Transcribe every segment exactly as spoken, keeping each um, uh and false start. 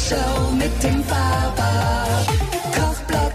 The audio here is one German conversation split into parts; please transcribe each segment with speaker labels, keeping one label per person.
Speaker 1: Show mit dem Faber. Kochblock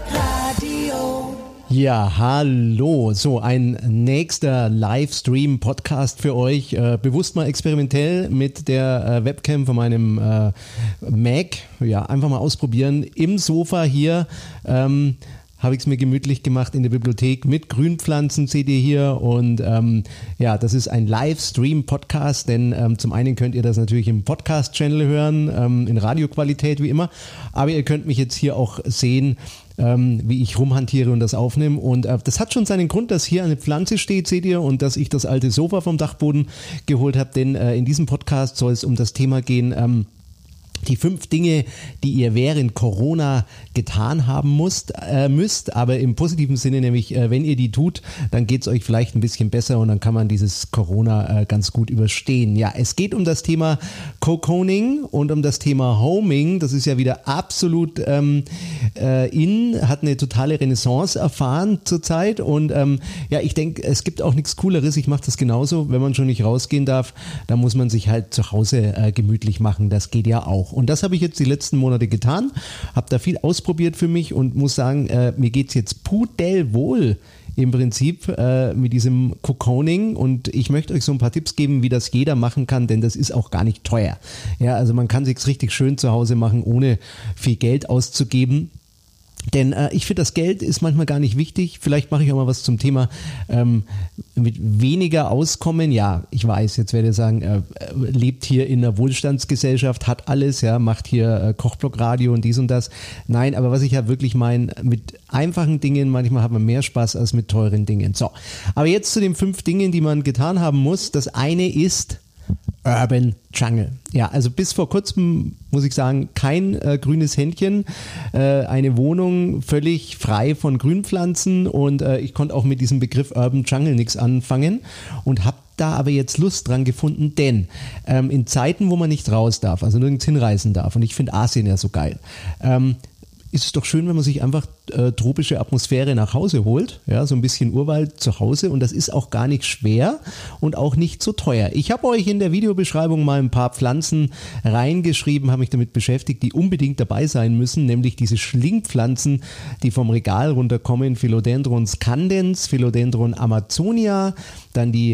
Speaker 1: Radio.
Speaker 2: Ja, hallo. So, ein nächster Livestream-Podcast für euch. Äh, bewusst mal experimentell mit der äh, Webcam von meinem äh, Mac. Ja, einfach mal ausprobieren. Im Sofa hier ähm, habe ich es mir gemütlich gemacht in der Bibliothek mit Grünpflanzen, seht ihr hier. Und ähm, ja, das ist ein Livestream-Podcast, denn ähm, zum einen könnt ihr das natürlich im Podcast-Channel hören, ähm, in Radioqualität wie immer. Aber ihr könnt mich jetzt hier auch sehen, ähm, wie ich rumhantiere und das aufnehme. Und äh, das hat schon seinen Grund, dass hier eine Pflanze steht, seht ihr, und dass ich das alte Sofa vom Dachboden geholt habe. Denn äh, in diesem Podcast soll es um das Thema gehen, ähm, die fünf Dinge, die ihr während Corona getan haben musst, äh, müsst, aber im positiven Sinne, nämlich äh, wenn ihr die tut, dann geht es euch vielleicht ein bisschen besser und dann kann man dieses Corona äh, ganz gut überstehen. Ja, es geht um das Thema Cocooning und um das Thema Homing. Das ist ja wieder absolut ähm, äh, in, hat eine totale Renaissance erfahren zurzeit und ähm, ja, ich denke, es gibt auch nichts Cooleres. Ich mache das genauso, wenn man schon nicht rausgehen darf, dann muss man sich halt zu Hause äh, gemütlich machen. Das geht ja auch. Und das habe ich jetzt die letzten Monate getan, habe da viel ausprobiert für mich und muss sagen, äh, mir geht es jetzt pudelwohl im Prinzip äh, mit diesem Cocooning und ich möchte euch so ein paar Tipps geben, wie das jeder machen kann, denn das ist auch gar nicht teuer. Ja, also man kann sich's richtig schön zu Hause machen, ohne viel Geld auszugeben. Denn äh, ich finde, das Geld ist manchmal gar nicht wichtig. Vielleicht mache ich auch mal was zum Thema ähm, mit weniger Auskommen. Ja, ich weiß, jetzt werdet ihr sagen, äh, lebt hier in einer Wohlstandsgesellschaft, hat alles, ja, macht hier äh, Kochblock-Radio und dies und das. Nein, aber was ich ja wirklich meine, mit einfachen Dingen, manchmal hat man mehr Spaß als mit teuren Dingen. So, aber jetzt zu den fünf Dingen, die man getan haben muss. Das eine ist Urban Jungle. Ja, also bis vor kurzem, muss ich sagen, kein äh, grünes Händchen, äh, eine Wohnung völlig frei von Grünpflanzen und äh, ich konnte auch mit diesem Begriff Urban Jungle nichts anfangen und habe da aber jetzt Lust dran gefunden, denn ähm, in Zeiten, wo man nicht raus darf, also nirgends hinreisen darf, und ich finde Asien ja so geil, ähm, ist es doch schön, wenn man sich einfach äh, tropische Atmosphäre nach Hause holt, ja, so ein bisschen Urwald zu Hause, und das ist auch gar nicht schwer und auch nicht so teuer. Ich habe euch in der Videobeschreibung mal ein paar Pflanzen reingeschrieben, habe mich damit beschäftigt, die unbedingt dabei sein müssen, nämlich diese Schlingpflanzen, die vom Regal runterkommen, Philodendron scandens, Philodendron amazonia, dann die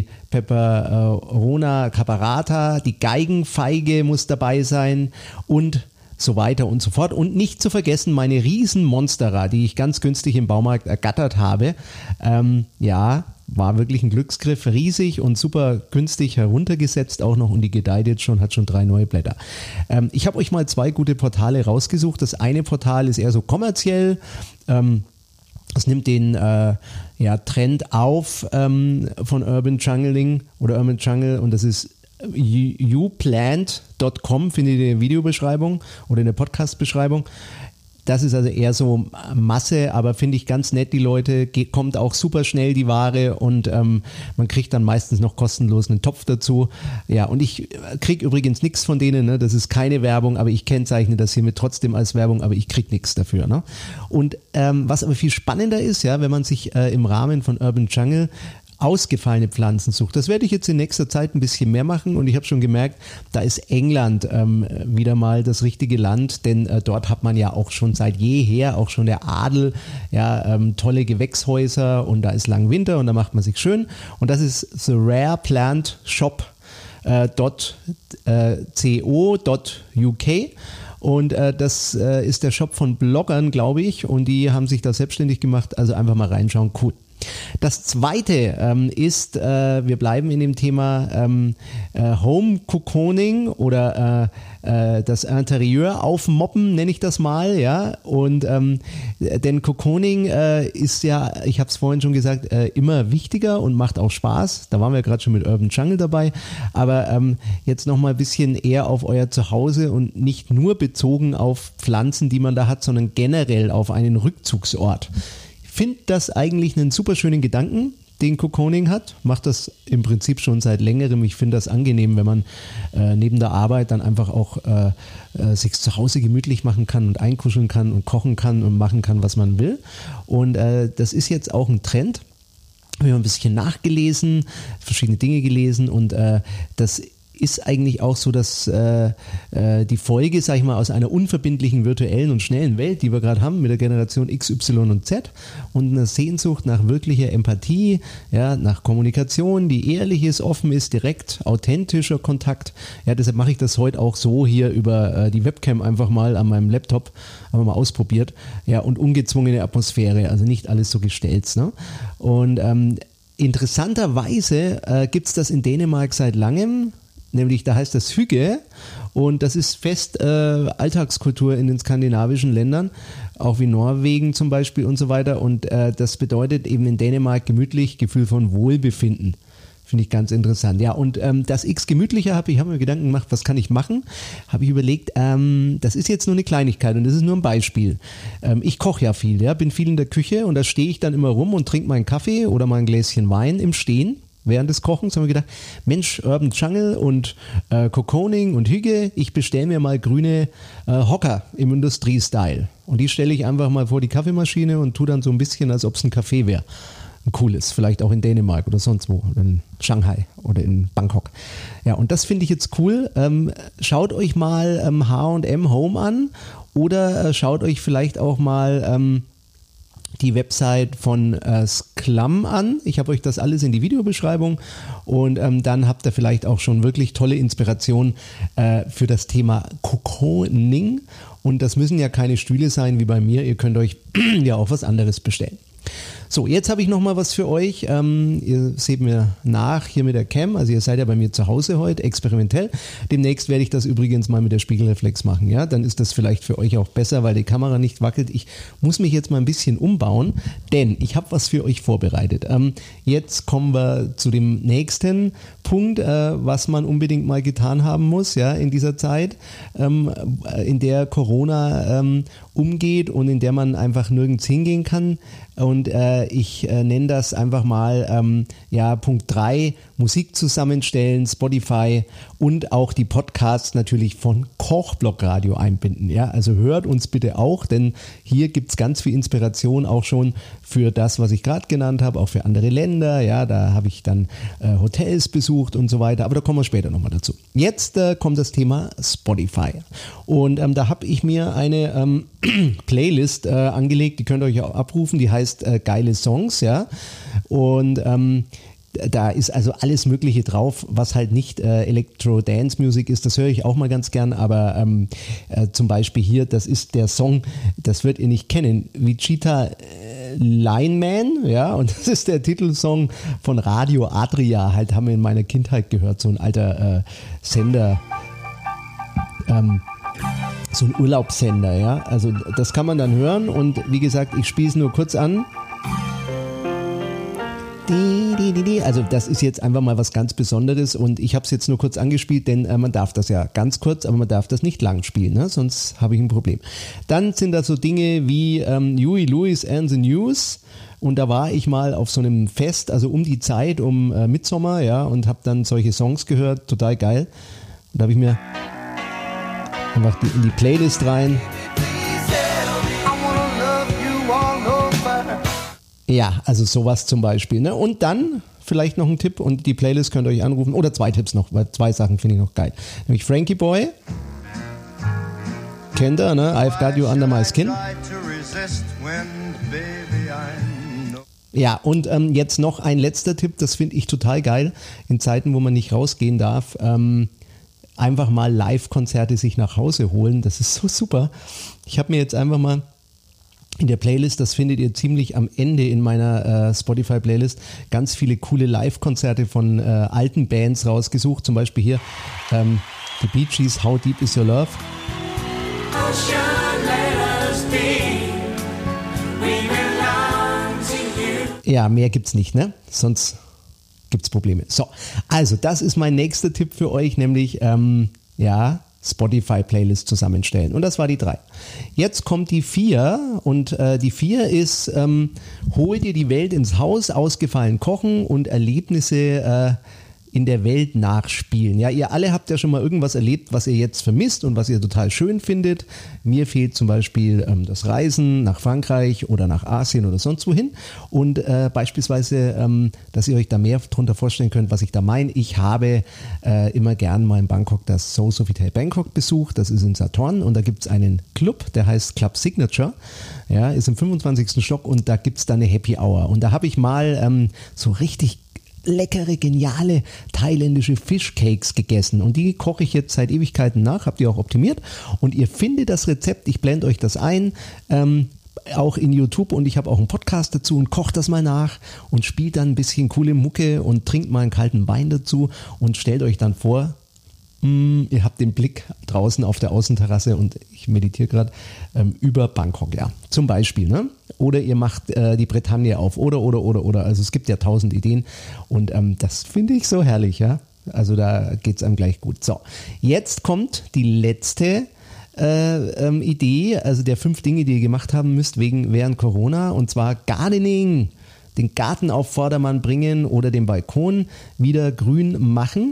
Speaker 2: Peperona caparata, die Geigenfeige muss dabei sein und so weiter und so fort. Und nicht zu vergessen meine riesen Monstera, die ich ganz günstig im Baumarkt ergattert habe. Ähm, ja, war wirklich ein Glücksgriff, riesig und super günstig heruntergesetzt auch noch, und die gedeiht jetzt schon, hat schon drei neue Blätter. Ähm, ich habe euch mal zwei gute Portale rausgesucht. Das eine Portal ist eher so kommerziell, ähm, es nimmt den äh, ja, Trend auf ähm, von Urban Jungling oder Urban Jungle, und das ist you plant dot com, findet ihr in der Videobeschreibung oder in der Podcast-Beschreibung. Das ist also eher so Masse, aber finde ich ganz nett, die Leute, geht, kommt auch super schnell die Ware und ähm, man kriegt dann meistens noch kostenlos einen Topf dazu. Ja, und ich kriege übrigens nichts von denen, ne? Das ist keine Werbung, aber ich kennzeichne das hiermit trotzdem als Werbung, aber ich kriege nichts dafür. Ne? Und ähm, was aber viel spannender ist, ja, wenn man sich äh, im Rahmen von Urban Jungle ausgefallene Pflanzen sucht. Das werde ich jetzt in nächster Zeit ein bisschen mehr machen, und ich habe schon gemerkt, da ist England ähm, wieder mal das richtige Land, denn äh, dort hat man ja auch schon seit jeher, auch schon der Adel, ja, ähm, tolle Gewächshäuser, und da ist lang Winter und da macht man sich schön, und das ist The Rare Plant Shop äh, .co.uk. Und äh, das äh, ist der Shop von Bloggern, glaube ich, und die haben sich da selbstständig gemacht, also einfach mal reinschauen, cool. Das zweite ähm, ist, äh, wir bleiben in dem Thema ähm, äh, Home Cocooning oder äh, äh, das Interieur aufmoppen, nenne ich das mal, ja. Und ähm, denn Cocooning äh, ist ja, ich habe es vorhin schon gesagt, äh, immer wichtiger und macht auch Spaß. Da waren wir gerade schon mit Urban Jungle dabei, aber ähm, jetzt noch mal ein bisschen eher auf euer Zuhause und nicht nur bezogen auf Pflanzen, die man da hat, sondern generell auf einen Rückzugsort. Ich finde das eigentlich einen super schönen Gedanken, den Cocooning hat. Macht das im Prinzip schon seit längerem. Ich finde das angenehm, wenn man äh, neben der Arbeit dann einfach auch äh, äh, sich zu Hause gemütlich machen kann und einkuscheln kann und kochen kann und machen kann, was man will. Und äh, das ist jetzt auch ein Trend. Ich habe ein bisschen nachgelesen, verschiedene Dinge gelesen, und äh, das ist eigentlich auch so, dass äh, äh, die Folge, sag ich mal, aus einer unverbindlichen, virtuellen und schnellen Welt, die wir gerade haben mit der Generation X, Y und Z und einer Sehnsucht nach wirklicher Empathie, ja, nach Kommunikation, die ehrlich ist, offen ist, direkt, authentischer Kontakt. Ja, deshalb mache ich das heute auch so hier über äh, die Webcam einfach mal an meinem Laptop, haben wir mal ausprobiert. Ja, und ungezwungene Atmosphäre, also nicht alles so gestellt. Ne? Und ähm, interessanterweise äh, gibt es das in Dänemark seit langem, nämlich da heißt das Hygge und das ist fest äh, Alltagskultur in den skandinavischen Ländern, auch wie Norwegen zum Beispiel und so weiter und äh, das bedeutet eben in Dänemark gemütlich, Gefühl von Wohlbefinden. Finde ich ganz interessant. Ja, und ähm, das X gemütlicher habe ich, habe mir Gedanken gemacht, was kann ich machen? Habe ich überlegt, ähm, das ist jetzt nur eine Kleinigkeit und das ist nur ein Beispiel. Ähm, ich koche ja viel, ja, bin viel in der Küche und da stehe ich dann immer rum und trinke meinen Kaffee oder mal ein Gläschen Wein im Stehen. Während des Kochens haben wir gedacht, Mensch, Urban Jungle und äh, Cocooning und Hygge, ich bestelle mir mal grüne äh, Hocker im Industriestyle. Und die stelle ich einfach mal vor die Kaffeemaschine und tue dann so ein bisschen, als ob es ein Café wäre. Ein cooles, vielleicht auch in Dänemark oder sonst wo, oder in Shanghai oder in Bangkok. Ja, und das finde ich jetzt cool. Ähm, schaut euch mal ähm, H und M Home an oder äh, schaut euch vielleicht auch mal ähm, die Website von äh, Sklam an. Ich habe euch das alles in die Videobeschreibung und ähm, dann habt ihr vielleicht auch schon wirklich tolle Inspiration äh, für das Thema Cocooning. Und das müssen ja keine Stühle sein wie bei mir. Ihr könnt euch ja auch was anderes bestellen. So, jetzt habe ich noch mal was für euch. Ähm, ihr seht mir nach hier mit der Cam, also ihr seid ja bei mir zu Hause heute, experimentell. Demnächst werde ich das übrigens mal mit der Spiegelreflex machen, ja. Dann ist das vielleicht für euch auch besser, weil die Kamera nicht wackelt. Ich muss mich jetzt mal ein bisschen umbauen, denn ich habe was für euch vorbereitet. Ähm, jetzt kommen wir zu dem nächsten Punkt, äh, was man unbedingt mal getan haben muss, ja, in dieser Zeit, ähm, in der Corona ähm, umgeht und in der man einfach nirgends hingehen kann. Und äh, ich äh, nenne das einfach mal ähm, ja, Punkt drei, Musik zusammenstellen, Spotify und auch die Podcasts natürlich von Kochblock Radio einbinden. Ja? Also hört uns bitte auch, denn hier gibt es ganz viel Inspiration auch schon für das, was ich gerade genannt habe, auch für andere Länder. Ja, da habe ich dann äh, Hotels besucht und so weiter, aber da kommen wir später nochmal dazu. Jetzt äh, kommt das Thema Spotify und ähm, da habe ich mir eine ähm, Playlist äh, angelegt, die könnt ihr euch auch abrufen, die heißt äh, Geile Songs, ja, und ähm, da ist also alles Mögliche drauf, was halt nicht äh, Elektro-Dance-Music ist, das höre ich auch mal ganz gern, aber ähm, äh, zum Beispiel hier, das ist der Song, das werdet ihr nicht kennen, Wichita äh, Lineman, ja, und das ist der Titelsong von Radio Adria, halt haben wir in meiner Kindheit gehört, so ein alter äh, Sender, ähm, so ein Urlaubssender, ja, also das kann man dann hören und wie gesagt, ich spiele es nur kurz an. Also das ist jetzt einfach mal was ganz Besonderes und ich habe es jetzt nur kurz angespielt, denn äh, man darf das ja ganz kurz, aber man darf das nicht lang spielen, ne? Sonst habe ich ein Problem. Dann sind da so Dinge wie ähm, Huey Lewis and the News und da war ich mal auf so einem Fest, also um die Zeit, um äh, Mitsommer, ja, und habe dann solche Songs gehört, total geil. Und da habe ich mir einfach die, in die Playlist rein. Ja, also sowas zum Beispiel. Ne? Und dann vielleicht noch ein Tipp und die Playlist könnt ihr euch anrufen. Oder zwei Tipps noch, weil zwei Sachen finde ich noch geil. Nämlich Frankie Boy. Kennt ihr, ne? I've got you under my skin. Ja, und ähm, jetzt noch ein letzter Tipp, das finde ich total geil. In Zeiten, wo man nicht rausgehen darf, ähm, einfach mal Live-Konzerte sich nach Hause holen. Das ist so super. Ich habe mir jetzt einfach mal in der Playlist, das findet ihr ziemlich am Ende in meiner äh, Spotify-Playlist, ganz viele coole Live-Konzerte von äh, alten Bands rausgesucht. Zum Beispiel hier ähm, die Bee Gees, How Deep Is Your Love? Ja, mehr gibt's nicht, ne? Sonst gibt's Probleme. So, also das ist mein nächster Tipp für euch, nämlich ähm, ja, Spotify-Playlist zusammenstellen. Und das war die drei. Jetzt kommt die vier und äh, die vier ist, ähm, hol dir die Welt ins Haus, ausgefallen kochen und Erlebnisse äh, in der Welt nachspielen. Ja, ihr alle habt ja schon mal irgendwas erlebt, was ihr jetzt vermisst und was ihr total schön findet. Mir fehlt zum Beispiel ähm, das Reisen nach Frankreich oder nach Asien oder sonst wohin. Und äh, beispielsweise, ähm, dass ihr euch da mehr drunter vorstellen könnt, was ich da meine. Ich habe äh, immer gern mal in Bangkok das So Sofitel Bangkok besucht. Das ist in Sathorn und da gibt es einen Club, der heißt Club Signature. Ja, ist im fünfundzwanzigsten Stock und da gibt es dann eine Happy Hour. Und da habe ich mal ähm, so richtig leckere, geniale thailändische Fischcakes gegessen und die koche ich jetzt seit Ewigkeiten nach, habt ihr auch optimiert und ihr findet das Rezept, ich blende euch das ein, ähm, auch in YouTube und ich habe auch einen Podcast dazu und kocht das mal nach und spielt dann ein bisschen coole Mucke und trinkt mal einen kalten Wein dazu und stellt euch dann vor, mh, ihr habt den Blick draußen auf der Außenterrasse und ich meditiere gerade ähm, über Bangkok, ja, zum Beispiel, ne? Oder ihr macht äh, die Bretagne auf oder, oder, oder, oder. Also es gibt ja tausend Ideen und ähm, das finde ich so herrlich, ja. Also da geht es einem gleich gut. So, jetzt kommt die letzte äh, ähm, Idee, also der fünf Dinge, die ihr gemacht haben müsst wegen während Corona und zwar Gardening. Den Garten auf Vordermann bringen oder den Balkon wieder grün machen.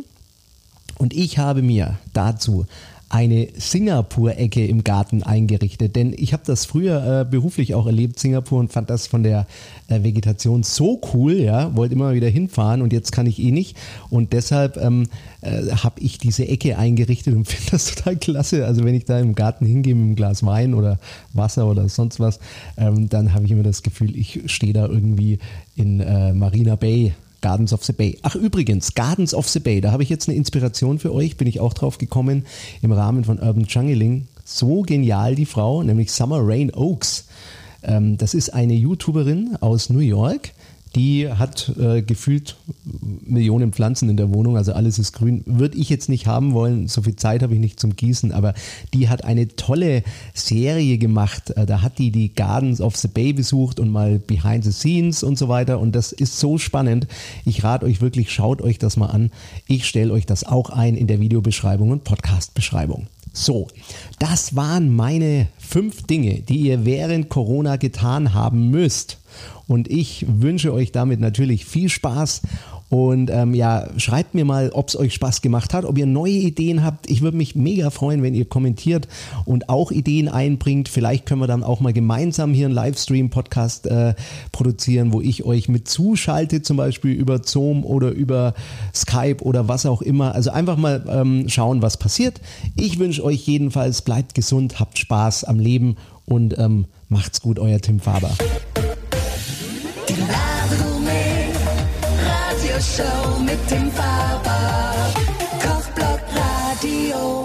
Speaker 2: Und ich habe mir dazu eine Singapur-Ecke im Garten eingerichtet, denn ich habe das früher äh, beruflich auch erlebt, Singapur, und fand das von der äh, Vegetation so cool, ja, wollte immer wieder hinfahren und jetzt kann ich eh nicht und deshalb ähm, äh, habe ich diese Ecke eingerichtet und finde das total klasse, also wenn ich da im Garten hingehe mit einem Glas Wein oder Wasser oder sonst was, ähm, dann habe ich immer das Gefühl, ich stehe da irgendwie in äh, Marina Bay, Gardens of the Bay. Ach übrigens, Gardens of the Bay, da habe ich jetzt eine Inspiration für euch, bin ich auch drauf gekommen im Rahmen von Urban Jungling. So genial die Frau, nämlich Summer Rain Oaks. Ähm, das ist eine YouTuberin aus New York, die hat äh, gefühlt Millionen Pflanzen in der Wohnung, also alles ist grün. Würde ich jetzt nicht haben wollen, so viel Zeit habe ich nicht zum Gießen, aber die hat eine tolle Serie gemacht. Da hat die die Gardens of the Bay besucht und mal Behind the Scenes und so weiter und das ist so spannend. Ich rate euch wirklich, schaut euch das mal an. Ich stelle euch das auch ein in der Videobeschreibung und Podcast-Beschreibung. So, das waren meine fünf Dinge, die ihr während Corona getan haben müsst. Und ich wünsche euch damit natürlich viel Spaß und ähm, ja, schreibt mir mal, ob es euch Spaß gemacht hat, ob ihr neue Ideen habt. Ich würde mich mega freuen, wenn ihr kommentiert und auch Ideen einbringt. Vielleicht können wir dann auch mal gemeinsam hier einen Livestream-Podcast äh, produzieren, wo ich euch mit zuschalte, zum Beispiel über Zoom oder über Skype oder was auch immer. Also einfach mal ähm, schauen, was passiert. Ich wünsche euch jedenfalls, bleibt gesund, habt Spaß am Leben und ähm, macht's gut, euer Tim Faber.
Speaker 1: Die Gourmet Radioshow mit dem Faber Kochblock Radio.